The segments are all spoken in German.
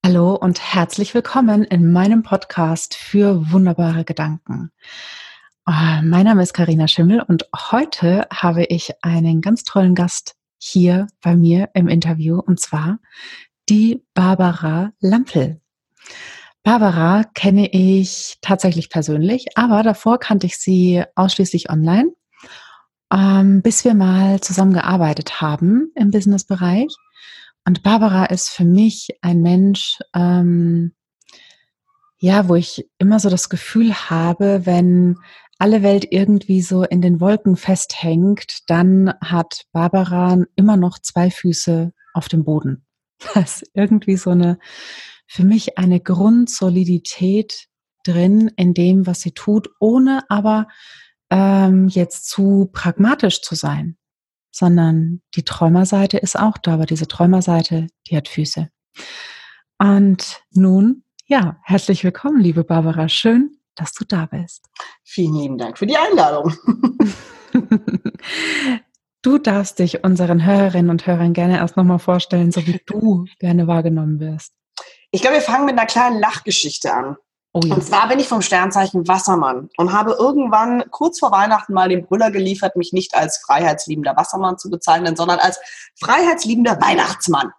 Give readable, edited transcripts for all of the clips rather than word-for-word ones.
Hallo und herzlich willkommen in meinem Podcast für wunderbare Gedanken. Mein Name ist Carina Schimmel und heute habe ich einen ganz tollen Gast hier bei mir im Interview, und zwar die Barbara Lampl. Barbara kenne ich tatsächlich persönlich, aber davor kannte ich sie ausschließlich online, bis wir mal zusammengearbeitet haben im Businessbereich. Und Barbara ist für mich ein Mensch, wo ich immer so das Gefühl habe, wenn alle Welt irgendwie so in den Wolken festhängt, dann hat Barbara immer noch zwei Füße auf dem Boden. Das ist irgendwie so für mich eine Grundsolidität drin in dem, was sie tut, ohne aber jetzt zu pragmatisch zu sein, sondern die Träumerseite ist auch da, aber diese Träumerseite, die hat Füße. Und nun, ja, herzlich willkommen, liebe Barbara. Schön, dass du da bist. Vielen lieben Dank für die Einladung. Du darfst dich unseren Hörerinnen und Hörern gerne erst nochmal vorstellen, so wie du gerne wahrgenommen wirst. Ich glaube, wir fangen mit einer kleinen Lachgeschichte an. Oh ja. Und zwar bin ich vom Sternzeichen Wassermann und habe irgendwann kurz vor Weihnachten mal den Brüller geliefert, mich nicht als freiheitsliebender Wassermann zu bezeichnen, sondern als freiheitsliebender Weihnachtsmann.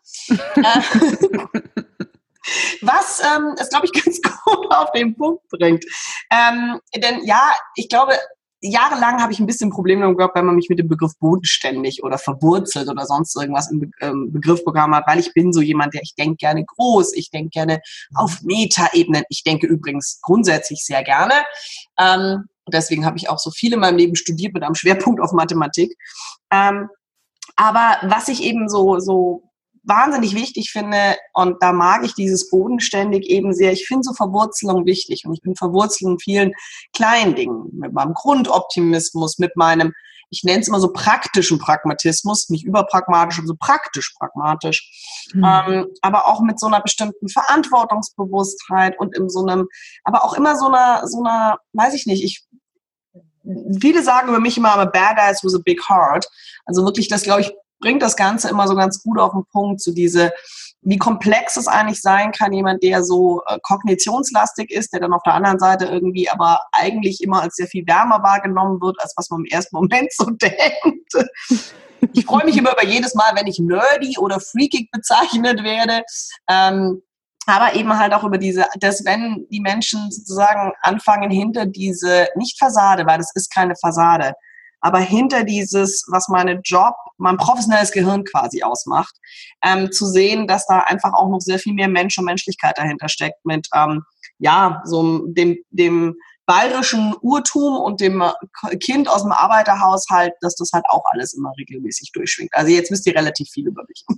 Was es, glaube ich, ganz gut auf den Punkt bringt. Denn ja, ich glaube, jahrelang habe ich ein bisschen Probleme gehabt, wenn man mich mit dem Begriff bodenständig oder verwurzelt oder sonst irgendwas im Begriff bekommen hat, weil ich bin so jemand, ich denke gerne groß, ich denke gerne auf Metaebenen, ich denke übrigens grundsätzlich sehr gerne. Deswegen habe ich auch so viel in meinem Leben studiert mit einem Schwerpunkt auf Mathematik. Aber was ich eben so wahnsinnig wichtig finde, und da mag ich dieses bodenständig eben sehr, ich finde so Verwurzelung wichtig und ich bin verwurzelt in vielen kleinen Dingen, mit meinem Grundoptimismus, mit meinem, ich nenne es immer so praktischen Pragmatismus, nicht überpragmatisch, aber so praktisch pragmatisch, aber auch mit so einer bestimmten Verantwortungsbewusstheit und in so einem, aber auch immer so einer, weiß ich nicht, viele sagen über mich immer, I'm a badass with a big heart, also wirklich, das glaube ich, bringt das Ganze immer so ganz gut auf den Punkt, so wie komplex es eigentlich sein kann, jemand, der so kognitionslastig ist, der dann auf der anderen Seite irgendwie aber eigentlich immer als sehr viel wärmer wahrgenommen wird, als was man im ersten Moment so denkt. Ich freue mich immer über jedes Mal, wenn ich nerdy oder freakig bezeichnet werde, aber eben halt auch über dass wenn die Menschen sozusagen anfangen hinter diese, nicht Fassade, weil das ist keine Fassade, aber hinter dieses, was mein professionelles Gehirn quasi ausmacht, zu sehen, dass da einfach auch noch sehr viel mehr Mensch und Menschlichkeit dahinter steckt mit, so dem bayerischen Urtum und dem Kind aus dem Arbeiterhaushalt, dass das halt auch alles immer regelmäßig durchschwingt. Also jetzt wisst ihr relativ viel über mich.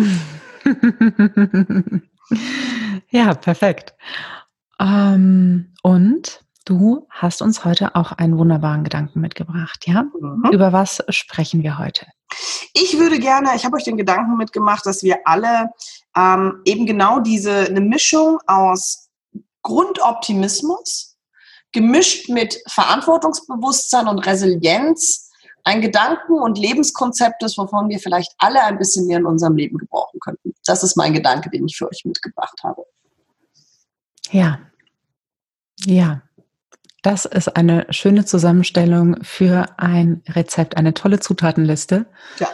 Ja, perfekt. Und du hast uns heute auch einen wunderbaren Gedanken mitgebracht, ja? Mhm. Über was sprechen wir heute? Ich habe euch den Gedanken mitgemacht, dass wir alle eben genau eine Mischung aus Grundoptimismus, gemischt mit Verantwortungsbewusstsein und Resilienz, ein Gedanken- und Lebenskonzept ist, wovon wir vielleicht alle ein bisschen mehr in unserem Leben gebrauchen könnten. Das ist mein Gedanke, den ich für euch mitgebracht habe. Ja. Das ist eine schöne Zusammenstellung für ein Rezept, eine tolle Zutatenliste. Ja.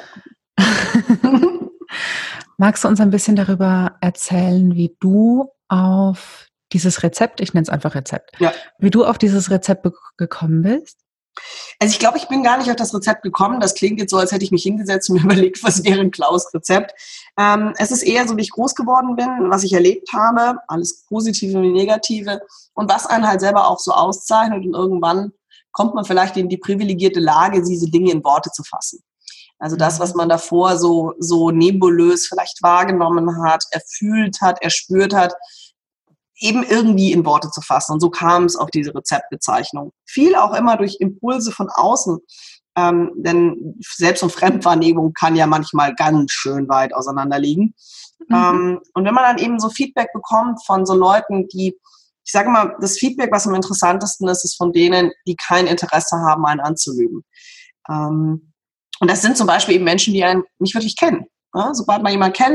Magst du uns ein bisschen darüber erzählen, wie du auf dieses Rezept, ich nenne es einfach Rezept, wie du auf dieses Rezept gekommen bist? Also ich glaube, ich bin gar nicht auf das Rezept gekommen. Das klingt jetzt so, als hätte ich mich hingesetzt und mir überlegt, was wäre ein Klaus-Rezept. Es ist eher so, wie ich groß geworden bin, was ich erlebt habe, alles Positive wie Negative und was einen halt selber auch so auszeichnet. Und irgendwann kommt man vielleicht in die privilegierte Lage, diese Dinge in Worte zu fassen. Also das, was man davor so nebulös vielleicht wahrgenommen hat, erfühlt hat, erspürt hat, eben irgendwie in Worte zu fassen. Und so kam es auf diese Rezeptbezeichnung. Viel auch immer durch Impulse von außen. Denn Selbst- und Fremdwahrnehmung kann ja manchmal ganz schön weit auseinander liegen. Und wenn man dann eben so Feedback bekommt von so Leuten, ich sage mal, das Feedback, was am interessantesten ist, ist von denen, die kein Interesse haben, einen anzulügen. Und das sind zum Beispiel eben Menschen, die einen nicht wirklich kennen. Ja, sobald man jemanden kennt,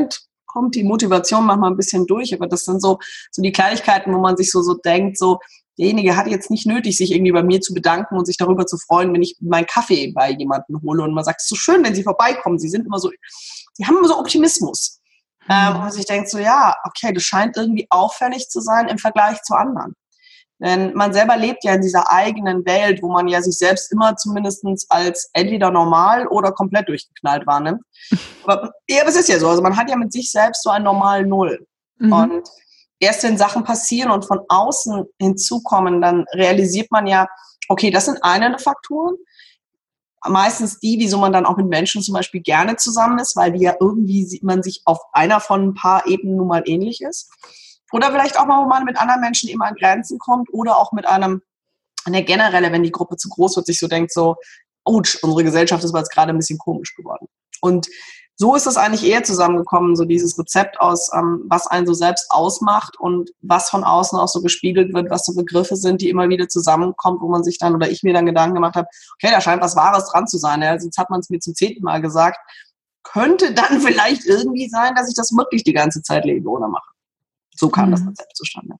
kommt die Motivation manchmal ein bisschen durch, aber das sind so die Kleinigkeiten, wo man sich so denkt, so, derjenige hat jetzt nicht nötig, sich irgendwie bei mir zu bedanken und sich darüber zu freuen, wenn ich meinen Kaffee bei jemandem hole und man sagt, es ist so schön, wenn Sie vorbeikommen, Sie haben immer so Optimismus. Und sich denkt so, ja, okay, das scheint irgendwie auffällig zu sein im Vergleich zu anderen. Denn man selber lebt ja in dieser eigenen Welt, wo man ja sich selbst immer zumindest als entweder normal oder komplett durchgeknallt wahrnimmt. Aber es ist ja so, also man hat ja mit sich selbst so ein normal Null. Und erst wenn Sachen passieren und von außen hinzukommen, dann realisiert man ja, okay, das sind eine Faktoren. Meistens die, wieso man dann auch mit Menschen zum Beispiel gerne zusammen ist, weil die ja irgendwie man sich auf einer von ein paar Ebenen nun mal ähnlich ist. Oder vielleicht auch mal, wo man mit anderen Menschen eben an Grenzen kommt oder auch mit einer generelle, wenn die Gruppe zu groß wird, sich so denkt, so, ouch, unsere Gesellschaft ist jetzt gerade ein bisschen komisch geworden. Und so ist es eigentlich eher zusammengekommen, so dieses Rezept aus, was einen so selbst ausmacht und was von außen auch so gespiegelt wird, was so Begriffe sind, die immer wieder zusammenkommen, wo man sich dann oder ich mir dann Gedanken gemacht habe, okay, da scheint was Wahres dran zu sein. Ja, jetzt hat man es mir zum 10. Mal gesagt. Könnte dann vielleicht irgendwie sein, dass ich das wirklich die ganze Zeit lebe oder mache. So kam das Rezept zustande.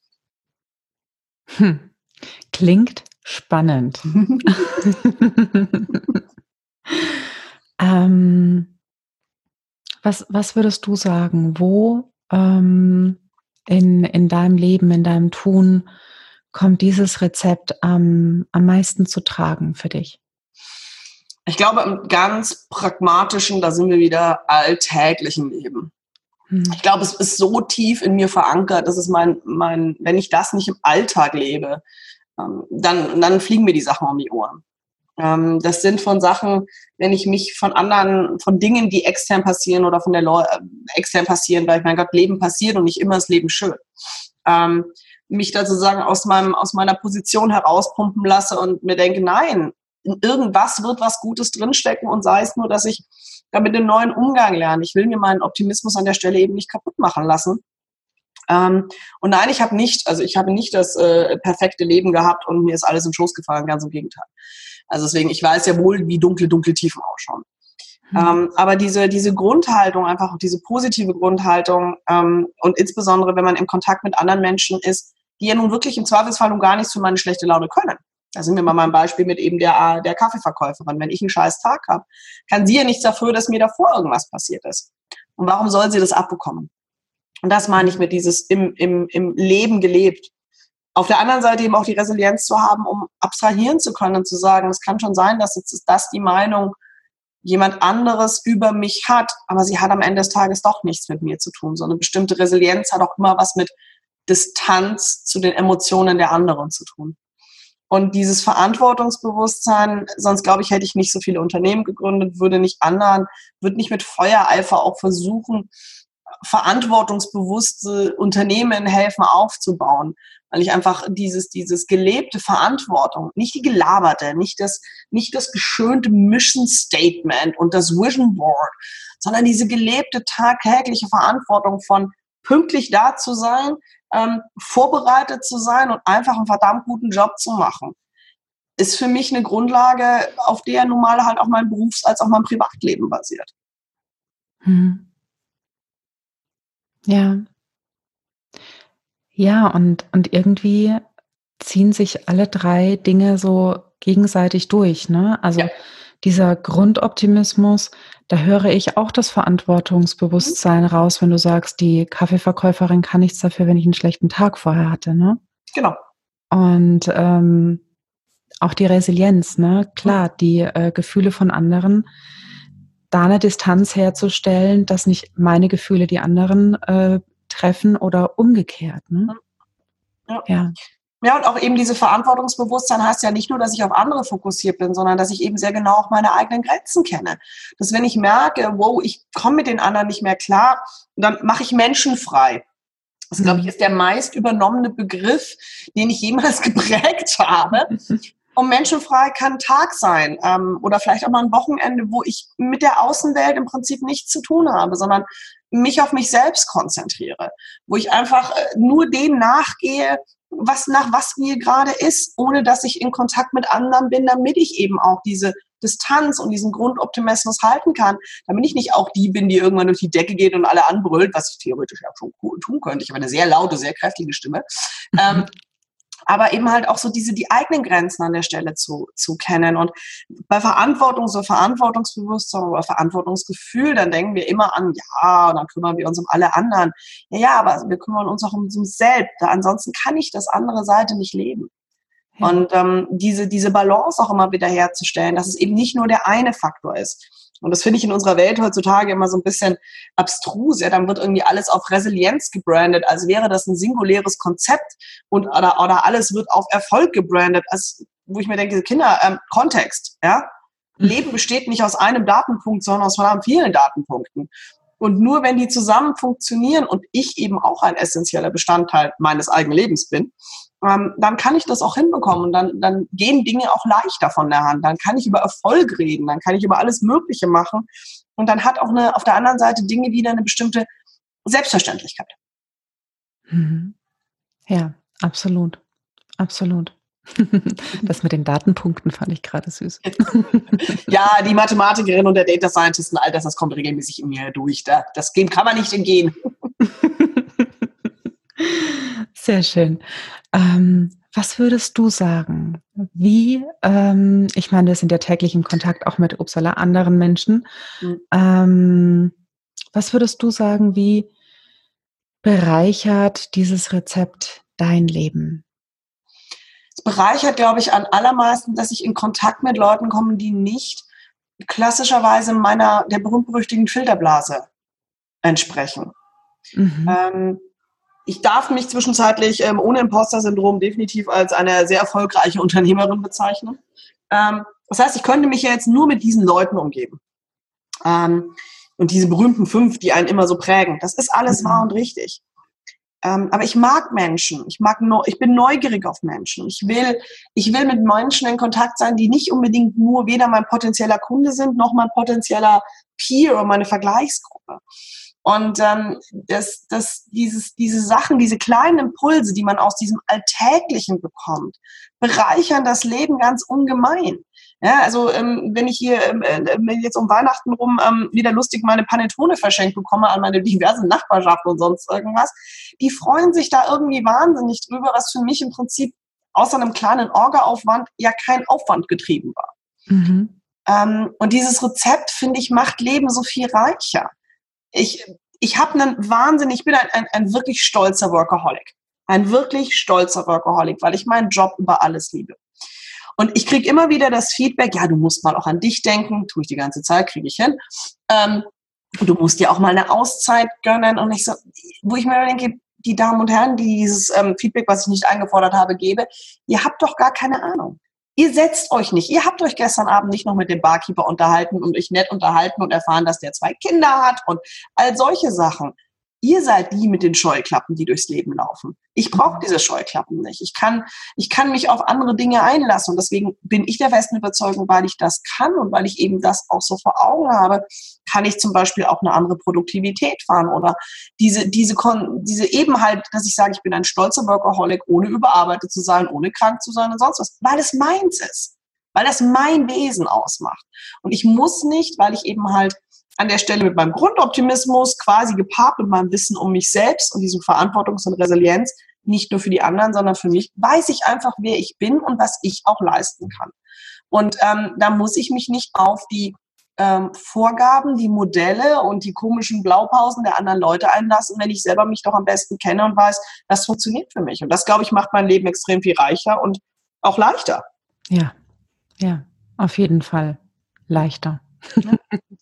Klingt spannend. Was würdest du sagen, wo in deinem Leben, in deinem Tun kommt dieses Rezept am meisten zu tragen für dich? Ich glaube, im ganz pragmatischen, da sind wir wieder, alltäglichen Leben. Ich glaube, es ist so tief in mir verankert, dass es wenn ich das nicht im Alltag lebe, dann fliegen mir die Sachen um die Ohren. Das sind von Sachen, wenn ich mich von Dingen, die extern passieren oder von extern passieren, weil ich mein Gott, Leben passiert und nicht immer ist Leben schön. Mich da sozusagen aus meiner Position herauspumpen lasse und mir denke, nein, in irgendwas wird was Gutes drinstecken und sei es nur, dass ich damit einen neuen Umgang lerne. Ich will mir meinen Optimismus an der Stelle eben nicht kaputt machen lassen. Und nein, ich habe nicht das perfekte Leben gehabt und mir ist alles in den Schoß gefallen, ganz im Gegenteil. Also deswegen, ich weiß ja wohl, wie dunkle Tiefen ausschauen. Aber diese Grundhaltung, einfach auch diese positive Grundhaltung und insbesondere, wenn man im Kontakt mit anderen Menschen ist, die ja nun wirklich im Zweifelsfall nun gar nichts für meine schlechte Laune können. Da sind wir mal ein Beispiel mit eben der Kaffeeverkäuferin. Wenn ich einen scheiß Tag habe, kann sie ja nichts dafür, dass mir davor irgendwas passiert ist. Und warum soll sie das abbekommen? Und das meine ich mit dieses im Leben gelebt. Auf der anderen Seite eben auch die Resilienz zu haben, um abstrahieren zu können und zu sagen, es kann schon sein, dass jetzt das die Meinung jemand anderes über mich hat, aber sie hat am Ende des Tages doch nichts mit mir zu tun. So eine bestimmte Resilienz hat auch immer was mit Distanz zu den Emotionen der anderen zu tun. Und dieses Verantwortungsbewusstsein, sonst glaube ich, hätte ich nicht so viele Unternehmen gegründet, würde nicht mit Feuereifer auch versuchen, verantwortungsbewusste Unternehmen helfen aufzubauen. Weil ich einfach dieses gelebte Verantwortung, nicht die gelaberte, nicht das geschönte Mission Statement und das Vision Board, sondern diese gelebte tagtägliche Verantwortung von pünktlich da zu sein, vorbereitet zu sein und einfach einen verdammt guten Job zu machen, ist für mich eine Grundlage, auf der nun mal halt auch mein Berufs- als auch mein Privatleben basiert. Ja. Ja, und irgendwie ziehen sich alle 3 Dinge so gegenseitig durch, ne? Also, dieser Grundoptimismus, da höre ich auch das Verantwortungsbewusstsein raus, wenn du sagst, die Kaffeeverkäuferin kann nichts dafür, wenn ich einen schlechten Tag vorher hatte, ne? Genau. Und, auch die Resilienz, ne? Klar, die, Gefühle von anderen, da eine Distanz herzustellen, dass nicht meine Gefühle die anderen, treffen oder umgekehrt, ne? Ja. Ja, und auch eben diese Verantwortungsbewusstsein heißt ja nicht nur, dass ich auf andere fokussiert bin, sondern dass ich eben sehr genau auch meine eigenen Grenzen kenne. Dass wenn ich merke, wow, ich komme mit den anderen nicht mehr klar, dann mache ich Menschen frei. Das, glaube ich, ist der meist übernommene Begriff, den ich jemals geprägt habe. Und menschenfrei kann ein Tag sein oder vielleicht auch mal ein Wochenende, wo ich mit der Außenwelt im Prinzip nichts zu tun habe, sondern mich auf mich selbst konzentriere, wo ich einfach nur dem nachgehe, was mir gerade ist, ohne dass ich in Kontakt mit anderen bin, damit ich eben auch diese Distanz und diesen Grundoptimismus halten kann, damit ich nicht auch die bin, die irgendwann durch die Decke geht und alle anbrüllt, was ich theoretisch ja schon cool tun könnte. Ich habe eine sehr laute, sehr kräftige Stimme. Aber eben halt auch so die eigenen Grenzen an der Stelle zu kennen. Und bei Verantwortung, so Verantwortungsbewusstsein oder Verantwortungsgefühl, dann denken wir immer an, ja, und dann kümmern wir uns um alle anderen. Ja, aber wir kümmern uns auch um uns selbst. Ansonsten kann ich das andere Seite nicht leben. Ja. Und diese Balance auch immer wieder herzustellen, dass es eben nicht nur der eine Faktor ist. Und das finde ich in unserer Welt heutzutage immer so ein bisschen abstrus. Ja, dann wird irgendwie alles auf Resilienz gebrandet, als wäre das ein singuläres Konzept oder alles wird auf Erfolg gebrandet. Also, wo ich mir denke, Kinder, Kontext, ja. Leben besteht nicht aus einem Datenpunkt, sondern aus verdammt vielen Datenpunkten. Und nur wenn die zusammen funktionieren und ich eben auch ein essentieller Bestandteil meines eigenen Lebens bin, dann kann ich das auch hinbekommen und dann gehen Dinge auch leichter von der Hand. Dann kann ich über Erfolg reden, dann kann ich über alles Mögliche machen und dann hat auch auf der anderen Seite Dinge wieder eine bestimmte Selbstverständlichkeit. Ja, absolut. Absolut. Das mit den Datenpunkten fand ich gerade süß. Ja, die Mathematikerin und der Data Scientist und all das kommt regelmäßig in mir durch. Das kann man nicht entgehen. Sehr schön. Was würdest du sagen? Ich meine, wir sind ja täglich in Kontakt auch mit anderen Menschen. Was würdest du sagen, wie bereichert dieses Rezept dein Leben? Es bereichert, glaube ich, am allermeisten, dass ich in Kontakt mit Leuten komme, die nicht klassischerweise der berühmt-berüchtigten Filterblase entsprechen. Ich darf mich zwischenzeitlich ohne Imposter-Syndrom definitiv als eine sehr erfolgreiche Unternehmerin bezeichnen. Das heißt, ich könnte mich ja jetzt nur mit diesen Leuten umgeben. Und diese berühmten 5, die einen immer so prägen. Das ist alles wahr und richtig. Aber ich mag Menschen. Ich bin neugierig auf Menschen. Ich will mit Menschen in Kontakt sein, die nicht unbedingt nur weder mein potenzieller Kunde sind, noch mein potenzieller Peer oder meine Vergleichsgruppe. Und diese Sachen, diese kleinen Impulse, die man aus diesem Alltäglichen bekommt, bereichern das Leben ganz ungemein. Ja, also wenn ich hier jetzt um Weihnachten rum wieder lustig meine Panettone verschenkt bekomme an meine diversen Nachbarschaften und sonst irgendwas, die freuen sich da irgendwie wahnsinnig drüber, was für mich im Prinzip außer einem kleinen Orga-Aufwand ja kein Aufwand getrieben war. Und dieses Rezept, finde ich, macht Leben so viel reicher. Ich bin ein wirklich stolzer Workaholic. Ein wirklich stolzer Workaholic, weil ich meinen Job über alles liebe. Und ich kriege immer wieder das Feedback, ja, du musst mal auch an dich denken, tue ich die ganze Zeit, kriege ich hin. Du musst dir auch mal eine Auszeit gönnen. Und ich so, wo ich mir denke, die Damen und Herren, die dieses Feedback, was ich nicht eingefordert habe, gebe, ihr habt doch gar keine Ahnung. Ihr setzt euch nicht. Ihr habt euch gestern Abend nicht noch mit dem Barkeeper unterhalten und euch nett unterhalten und erfahren, dass der 2 Kinder hat und all solche Sachen. Ihr seid die mit den Scheuklappen, die durchs Leben laufen. Ich brauche diese Scheuklappen nicht. Ich kann mich auf andere Dinge einlassen. Und deswegen bin ich der festen Überzeugung, weil ich das kann und weil ich eben das auch so vor Augen habe, kann ich zum Beispiel auch eine andere Produktivität fahren oder diese eben halt, dass ich sage, ich bin ein stolzer Workaholic, ohne überarbeitet zu sein, ohne krank zu sein und sonst was, weil es meins ist, weil das mein Wesen ausmacht. Und ich muss nicht, weil ich eben halt an der Stelle mit meinem Grundoptimismus, quasi gepaart mit meinem Wissen um mich selbst und diesem Verantwortungs- und Resilienz, nicht nur für die anderen, sondern für mich, weiß ich einfach, wer ich bin und was ich auch leisten kann. Und da muss ich mich nicht auf die Vorgaben, die Modelle und die komischen Blaupausen der anderen Leute einlassen, wenn ich selber mich doch am besten kenne und weiß, das funktioniert für mich. Und das, glaube ich, macht mein Leben extrem viel reicher und auch leichter. Ja, auf jeden Fall leichter. Ja.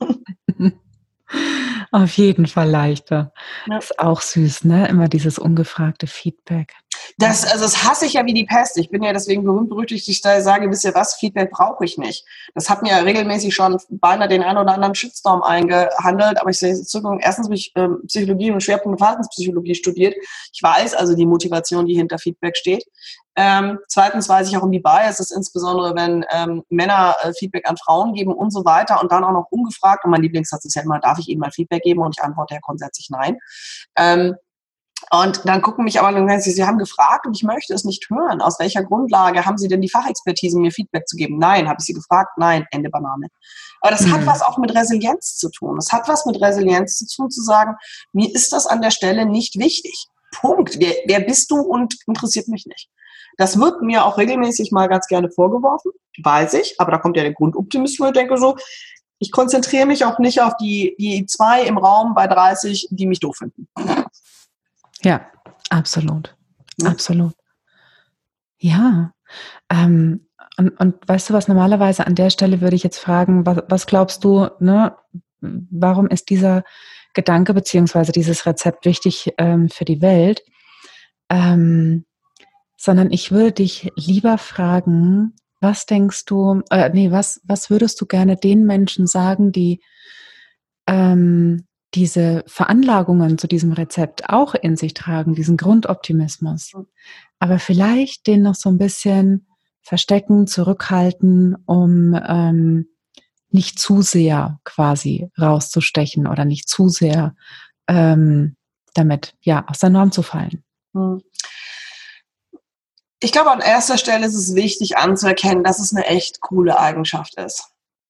Auf jeden Fall leichter. Ja. Ist auch süß, ne? Immer dieses ungefragte Feedback. Das hasse ich ja wie die Pest. Ich bin ja deswegen berühmt-berüchtigt, ich sage, wisst ihr was, Feedback brauche ich nicht. Das hat mir ja regelmäßig schon beinahe den einen oder anderen Shitstorm eingehandelt, aber ich sehe Zugriff. Erstens habe ich Psychologie und Schwerpunkt Verhaltenspsychologie studiert. Ich weiß also die Motivation, die hinter Feedback steht. Zweitens weiß ich auch um die Biases, insbesondere wenn Männer Feedback an Frauen geben und so weiter und dann auch noch ungefragt. Und mein Lieblingssatz ist ja immer, darf ich Ihnen mal Feedback geben? Und ich antworte ja grundsätzlich nein. Und dann gucken mich aber, dann sie haben gefragt und ich möchte es nicht hören. Aus welcher Grundlage haben Sie denn die Fachexpertise, mir Feedback zu geben? Nein. Habe ich Sie gefragt? Nein. Ende Banane. Aber das hat was auch mit Resilienz zu tun. Es hat was mit Resilienz zu tun, zu sagen, mir ist das an der Stelle nicht wichtig. Punkt. Wer bist du und interessiert mich nicht. Das wird mir auch regelmäßig mal ganz gerne vorgeworfen, weiß ich. Aber da kommt ja der Grundoptimismus, ich denke so, ich konzentriere mich auch nicht auf die 2 im Raum bei 30, die mich doof finden. Ja, absolut. Ja. Absolut. Ja. Und weißt du was, normalerweise an der Stelle würde ich jetzt fragen, was glaubst du, ne, warum ist dieser Gedanke beziehungsweise dieses Rezept wichtig für die Welt? Sondern ich würde dich lieber fragen, was denkst du, was würdest du gerne den Menschen sagen, die diese Veranlagungen zu diesem Rezept auch in sich tragen, diesen Grundoptimismus, aber vielleicht den noch so ein bisschen verstecken, zurückhalten, um nicht zu sehr quasi rauszustechen oder nicht zu sehr damit aus der Norm zu fallen. Ich glaube, an erster Stelle ist es wichtig anzuerkennen, dass es eine echt coole Eigenschaft ist.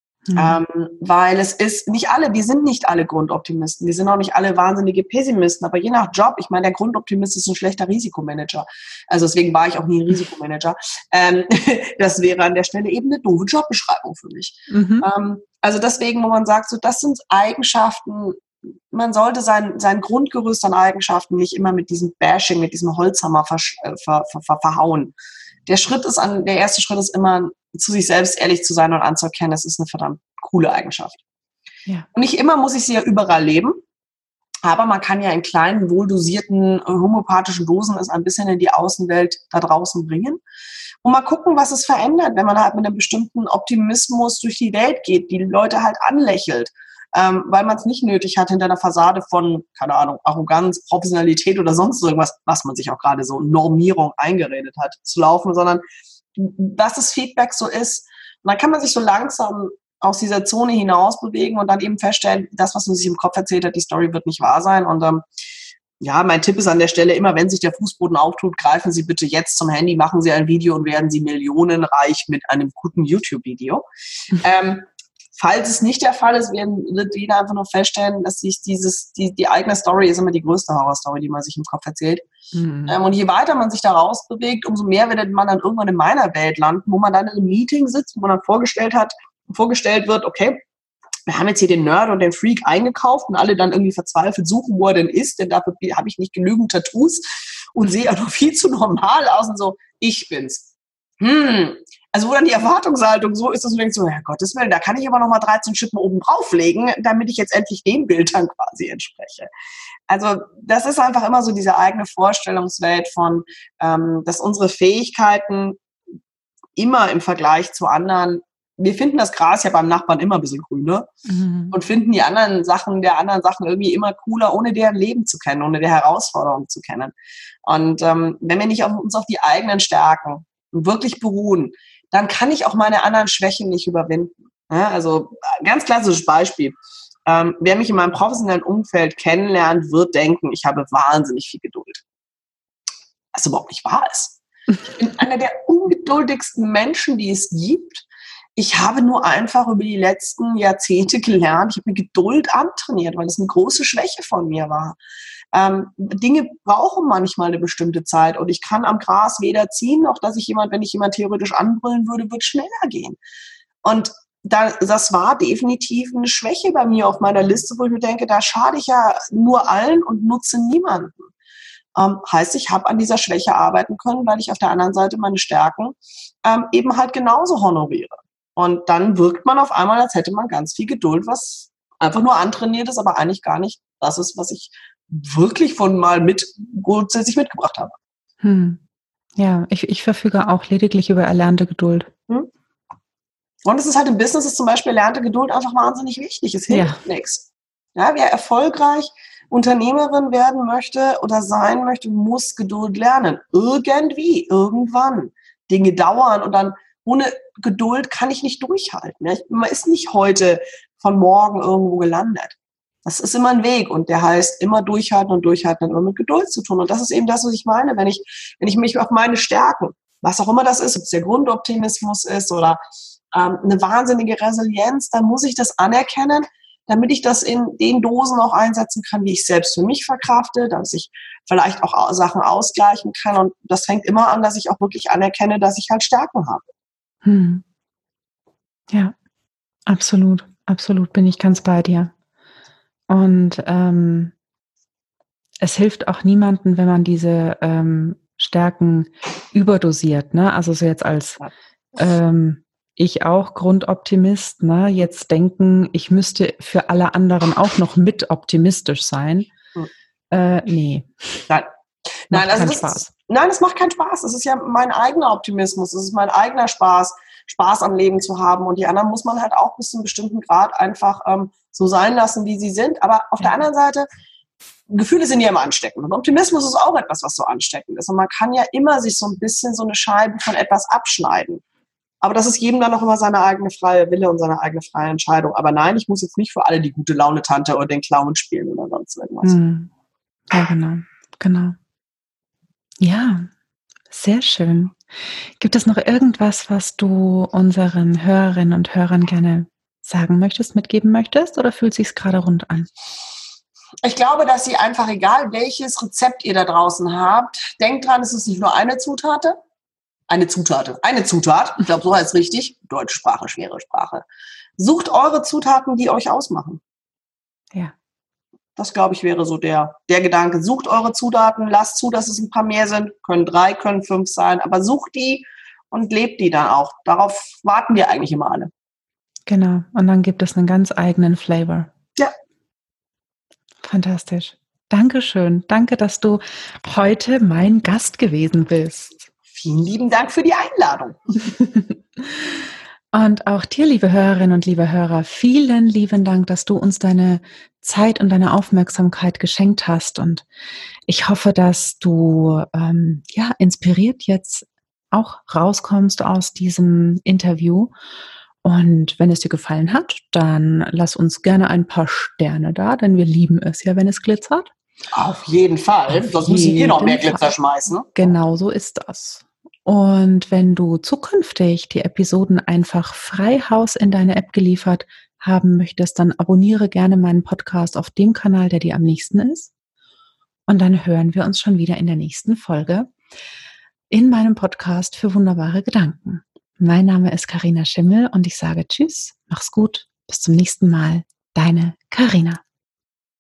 Weil es ist, wir sind nicht alle Grundoptimisten, wir sind auch nicht alle wahnsinnige Pessimisten, aber je nach Job, ich meine, der Grundoptimist ist ein schlechter Risikomanager. Also deswegen war ich auch nie ein Risikomanager. Das wäre an der Stelle eben eine doofe Jobbeschreibung für mich. Also deswegen, wo man sagt, so, das sind Eigenschaften, man sollte sein Grundgerüst an Eigenschaften nicht immer mit diesem Bashing, mit diesem Holzhammer verhauen. Der erste Schritt ist immer, zu sich selbst ehrlich zu sein und anzuerkennen, es ist eine verdammt coole Eigenschaft. Ja. Und nicht immer muss ich sie ja überall leben, aber man kann ja in kleinen, wohldosierten, homöopathischen Dosen es ein bisschen in die Außenwelt da draußen bringen und mal gucken, was es verändert, wenn man halt mit einem bestimmten Optimismus durch die Welt geht, die Leute halt anlächelt. Weil man es nicht nötig hat, hinter einer Fassade von, keine Ahnung, Arroganz, Professionalität oder sonst irgendwas, was man sich auch gerade so Normierung eingeredet hat, zu laufen, sondern was das Feedback so ist. Und dann kann man sich so langsam aus dieser Zone hinaus bewegen und dann eben feststellen, das, was man sich im Kopf erzählt hat, die Story wird nicht wahr sein. Und mein Tipp ist an der Stelle immer, wenn sich der Fußboden auftut, greifen Sie bitte jetzt zum Handy, machen Sie ein Video und werden Sie millionenreich mit einem guten YouTube-Video. Falls es nicht der Fall ist, wird jeder einfach nur feststellen, dass sich die eigene Story ist immer die größte Horrorstory, die man sich im Kopf erzählt. Und je weiter man sich da rausbewegt, umso mehr wird man dann irgendwann in meiner Welt landen, wo man dann in einem Meeting sitzt, wo man dann vorgestellt wird, okay, wir haben jetzt hier den Nerd und den Freak eingekauft und alle dann irgendwie verzweifelt suchen, wo er denn ist, denn dafür habe ich nicht genügend Tattoos und sehe ja noch viel zu normal aus und so, ich bin's. Also wo dann die Erwartungshaltung so ist, dass du denkst, so, ja Gottes Willen, da kann ich aber noch mal 13 Schippen oben drauflegen, damit ich jetzt endlich dem Bild dann quasi entspreche. Also das ist einfach immer so diese eigene Vorstellungswelt von, dass unsere Fähigkeiten immer im Vergleich zu anderen, wir finden das Gras ja beim Nachbarn immer ein bisschen grüner und finden die anderen Sachen irgendwie immer cooler, ohne deren Leben zu kennen, ohne der Herausforderung zu kennen. Und wenn wir nicht uns auf die eigenen Stärken wirklich beruhen, dann kann ich auch meine anderen Schwächen nicht überwinden. Ja, also ganz klassisches Beispiel. Wer mich in meinem professionellen Umfeld kennenlernt, wird denken, ich habe wahnsinnig viel Geduld. Was überhaupt nicht wahr ist. Ich bin einer der ungeduldigsten Menschen, die es gibt. Ich habe nur einfach über die letzten Jahrzehnte gelernt, ich habe mir Geduld antrainiert, weil es eine große Schwäche von mir war. Dinge brauchen manchmal eine bestimmte Zeit und ich kann am Gras weder ziehen, noch dass wenn ich jemand theoretisch anbrüllen würde, wird schneller gehen. Und das war definitiv eine Schwäche bei mir auf meiner Liste, wo ich mir denke, da schade ich ja nur allen und nutze niemanden. Heißt, ich habe an dieser Schwäche arbeiten können, weil ich auf der anderen Seite meine Stärken eben halt genauso honoriere. Und dann wirkt man auf einmal, als hätte man ganz viel Geduld, was einfach nur antrainiert ist, aber eigentlich gar nicht das ist, was ich wirklich grundsätzlich mitgebracht habe. Ja, ich verfüge auch lediglich über erlernte Geduld. Und es ist halt im Business, ist zum Beispiel erlernte Geduld einfach wahnsinnig wichtig. Es hilft nichts. Ja, wer erfolgreich Unternehmerin werden möchte oder sein möchte, muss Geduld lernen. Irgendwie, irgendwann. Dinge dauern und dann ohne Geduld kann ich nicht durchhalten. Man ist nicht heute von morgen irgendwo gelandet. Das ist immer ein Weg und der heißt immer durchhalten und durchhalten und immer mit Geduld zu tun. Und das ist eben das, was ich meine, wenn ich mich auf meine Stärken, was auch immer das ist, ob es der Grundoptimismus ist oder eine wahnsinnige Resilienz, dann muss ich das anerkennen, damit ich das in den Dosen auch einsetzen kann, die ich selbst für mich verkrafte, dass ich vielleicht auch Sachen ausgleichen kann. Und das fängt immer an, dass ich auch wirklich anerkenne, dass ich halt Stärken habe. Ja, absolut, absolut bin ich ganz bei dir. Und es hilft auch niemandem, wenn man diese Stärken überdosiert, ne? Also so jetzt als ich auch Grundoptimist, ne? Jetzt denken, ich müsste für alle anderen auch noch mit optimistisch sein. Nee. Nein, also es macht keinen Spaß. Es ist ja mein eigener Optimismus. Es ist mein eigener Spaß am Leben zu haben. Und die anderen muss man halt auch bis zu einem bestimmten Grad einfach so sein lassen, wie sie sind. Aber auf der anderen Seite, Gefühle sind ja immer ansteckend. Und Optimismus ist auch etwas, was so ansteckend ist. Und man kann ja immer sich so ein bisschen so eine Scheibe von etwas abschneiden. Aber das ist jedem dann noch immer seine eigene freie Wille und seine eigene freie Entscheidung. Aber nein, ich muss jetzt nicht für alle die gute Laune-Tante oder den Clown spielen oder sonst irgendwas. Ja, genau. Ja, sehr schön. Gibt es noch irgendwas, was du unseren Hörerinnen und Hörern gerne sagen möchtest, mitgeben möchtest, oder fühlt sich's gerade rund an? Ich glaube, dass sie einfach, egal welches Rezept ihr da draußen habt, denkt dran, es ist nicht nur eine Zutat. Ich glaube, so heißt es richtig. Deutsche Sprache, schwere Sprache. Sucht eure Zutaten, die euch ausmachen. Ja. Das, glaube ich, wäre so der Gedanke. Sucht eure Zutaten, lasst zu, dass es ein paar mehr sind. Können 3, können 5 sein. Aber sucht die und lebt die dann auch. Darauf warten wir eigentlich immer alle. Genau. Und dann gibt es einen ganz eigenen Flavor. Ja. Fantastisch. Dankeschön. Danke, dass du heute mein Gast gewesen bist. Vielen lieben Dank für die Einladung. Und auch dir, liebe Hörerinnen und liebe Hörer, vielen lieben Dank, dass du uns deine Zeit und deine Aufmerksamkeit geschenkt hast. Und ich hoffe, dass du inspiriert jetzt auch rauskommst aus diesem Interview. Und wenn es dir gefallen hat, dann lass uns gerne ein paar Sterne da, denn wir lieben es ja, wenn es glitzert. Auf jeden Fall. Sonst müssen wir noch mehr Glitzer schmeißen. Genau so ist das. Und wenn du zukünftig die Episoden einfach frei Haus in deine App geliefert haben möchtest, dann abonniere gerne meinen Podcast auf dem Kanal, der dir am nächsten ist. Und dann hören wir uns schon wieder in der nächsten Folge in meinem Podcast für wunderbare Gedanken. Mein Name ist Carina Schimmel und ich sage Tschüss, mach's gut, bis zum nächsten Mal. Deine Carina.